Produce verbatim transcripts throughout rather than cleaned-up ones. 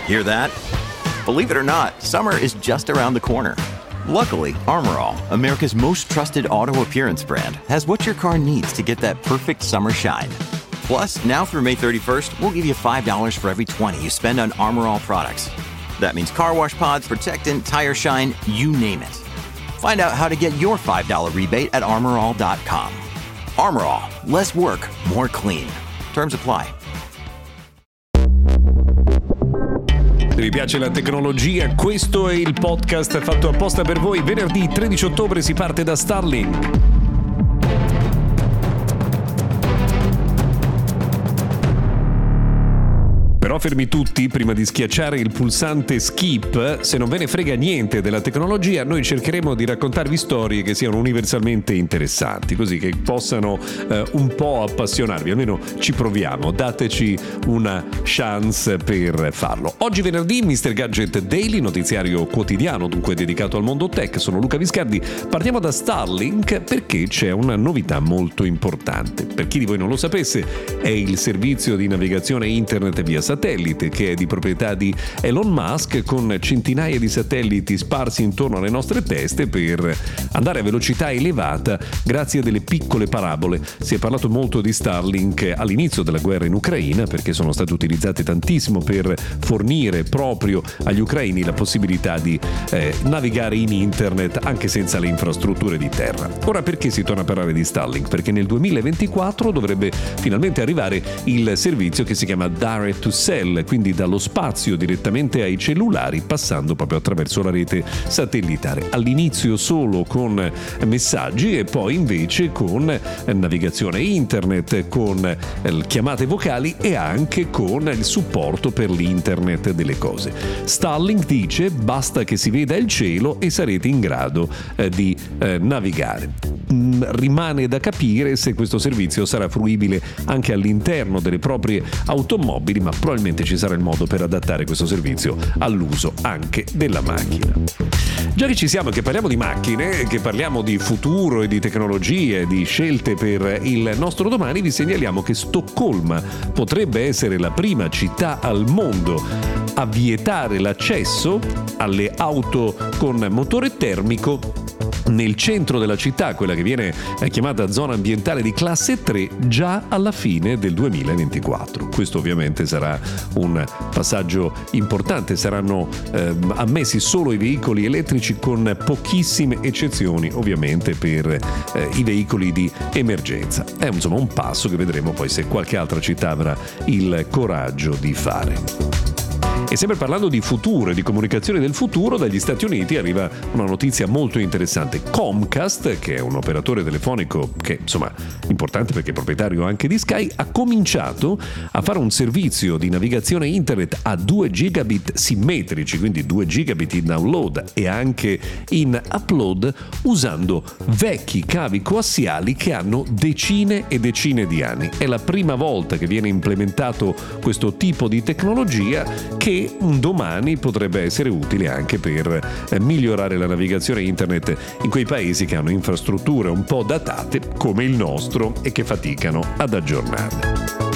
Hear that? Believe it or not, summer is just around the corner. Luckily, Armor All, America's most trusted auto appearance brand, has what your car needs to get that perfect summer shine. Plus, now through May thirty-first, we'll give you five dollars for every twenty you spend on Armor All products. That means car wash pods, protectant, tire shine, you name it. Find out how to get your five dollars rebate at armor all dot com. Armor All, less work, more clean. Terms apply. Se vi piace la tecnologia, questo è il podcast fatto apposta per voi. Venerdì tredici ottobre si parte da Starlink. Però fermi tutti prima di schiacciare il pulsante skip. Se non ve ne frega niente della tecnologia, noi cercheremo di raccontarvi storie che siano universalmente interessanti, così che possano eh, un po' appassionarvi. Almeno ci proviamo, dateci una chance per farlo. Oggi venerdì mister Gadget Daily, notiziario quotidiano dunque dedicato al mondo tech. Sono Luca Viscardi. Partiamo da Starlink perché c'è una novità molto importante. Per chi di voi non lo sapesse, è il servizio di navigazione internet via satellite che è di proprietà di Elon Musk, con centinaia di satelliti sparsi intorno alle nostre teste per andare a velocità elevata grazie a delle piccole parabole. Si è parlato molto di Starlink all'inizio della guerra in Ucraina perché sono state utilizzate tantissimo per fornire proprio agli ucraini la possibilità di eh, navigare in internet anche senza le infrastrutture di terra. Ora perché si torna a parlare di Starlink? Perché nel duemilaventiquattro dovrebbe finalmente arrivare il servizio che si chiama Direct to Cell, quindi dallo spazio direttamente ai cellulari passando proprio attraverso la rete satellitare. All'inizio solo con messaggi e poi invece con navigazione internet, con chiamate vocali e anche con il supporto per l'internet delle cose. Starlink dice basta che si veda il cielo e sarete in grado eh, di eh, navigare. Mm, rimane da capire se questo servizio sarà fruibile anche all'interno delle proprie automobili, ma probabilmente ci sarà il modo per adattare questo servizio all'uso anche della macchina. Già che ci siamo, che parliamo di macchine, che parliamo di futuro e di tecnologie, di scelte per il nostro domani, vi segnaliamo che Stoccolma potrebbe essere la prima città al mondo a vietare l'accesso alle auto con motore termico nel centro della città, quella che viene chiamata zona ambientale di classe tre, già alla fine del duemilaventiquattro. Questo ovviamente sarà un passaggio importante, saranno eh, ammessi solo i veicoli elettrici con pochissime eccezioni ovviamente per eh, i veicoli di emergenza. È insomma un passo che vedremo poi se qualche altra città avrà il coraggio di fare. E sempre parlando di futuro e di comunicazione del futuro, dagli Stati Uniti arriva una notizia molto interessante. Comcast, che è un operatore telefonico che insomma importante perché è proprietario anche di Sky, ha cominciato a fare un servizio di navigazione internet a due gigabit simmetrici, quindi due gigabit in download e anche in upload, usando vecchi cavi coassiali che hanno decine e decine di anni. È la prima volta che viene implementato questo tipo di tecnologia che un domani potrebbe essere utile anche per eh, migliorare la navigazione internet in quei paesi che hanno infrastrutture un po' datate come il nostro e che faticano ad aggiornarle.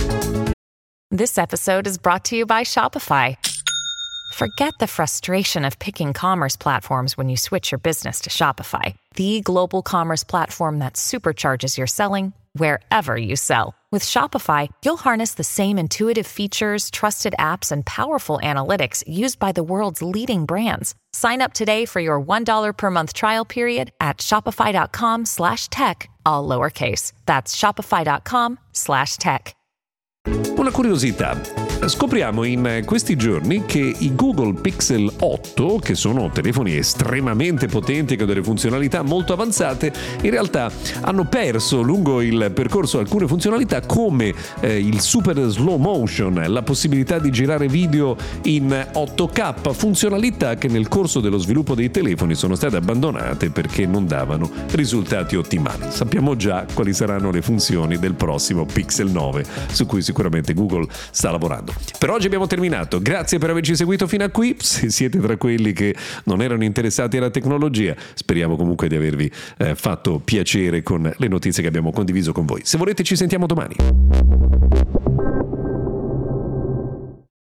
This episode is brought to you by Shopify. Forget the frustration of picking commerce platforms when you switch your business to Shopify, the global commerce platform that supercharges your selling wherever you sell. With Shopify, you'll harness the same intuitive features, trusted apps, and powerful analytics used by the world's leading brands. Sign up today for your one dollar per month trial period at shopify.com slash tech, all lowercase. That's shopify.com slash tech. Una curiosità. Scopriamo in questi giorni che i Google Pixel otto, che sono telefoni estremamente potenti con delle funzionalità molto avanzate, in realtà hanno perso lungo il percorso alcune funzionalità come eh, il super slow motion, la possibilità di girare video in otto K, funzionalità che nel corso dello sviluppo dei telefoni sono state abbandonate perché non davano risultati ottimali. Sappiamo già quali saranno le funzioni del prossimo Pixel nove, su cui sicuramente Google sta lavorando. Per oggi abbiamo terminato, grazie per averci seguito fino a qui. Se siete tra quelli che non erano interessati alla tecnologia, speriamo comunque di avervi eh, fatto piacere con le notizie che abbiamo condiviso con voi. Se volete ci sentiamo domani.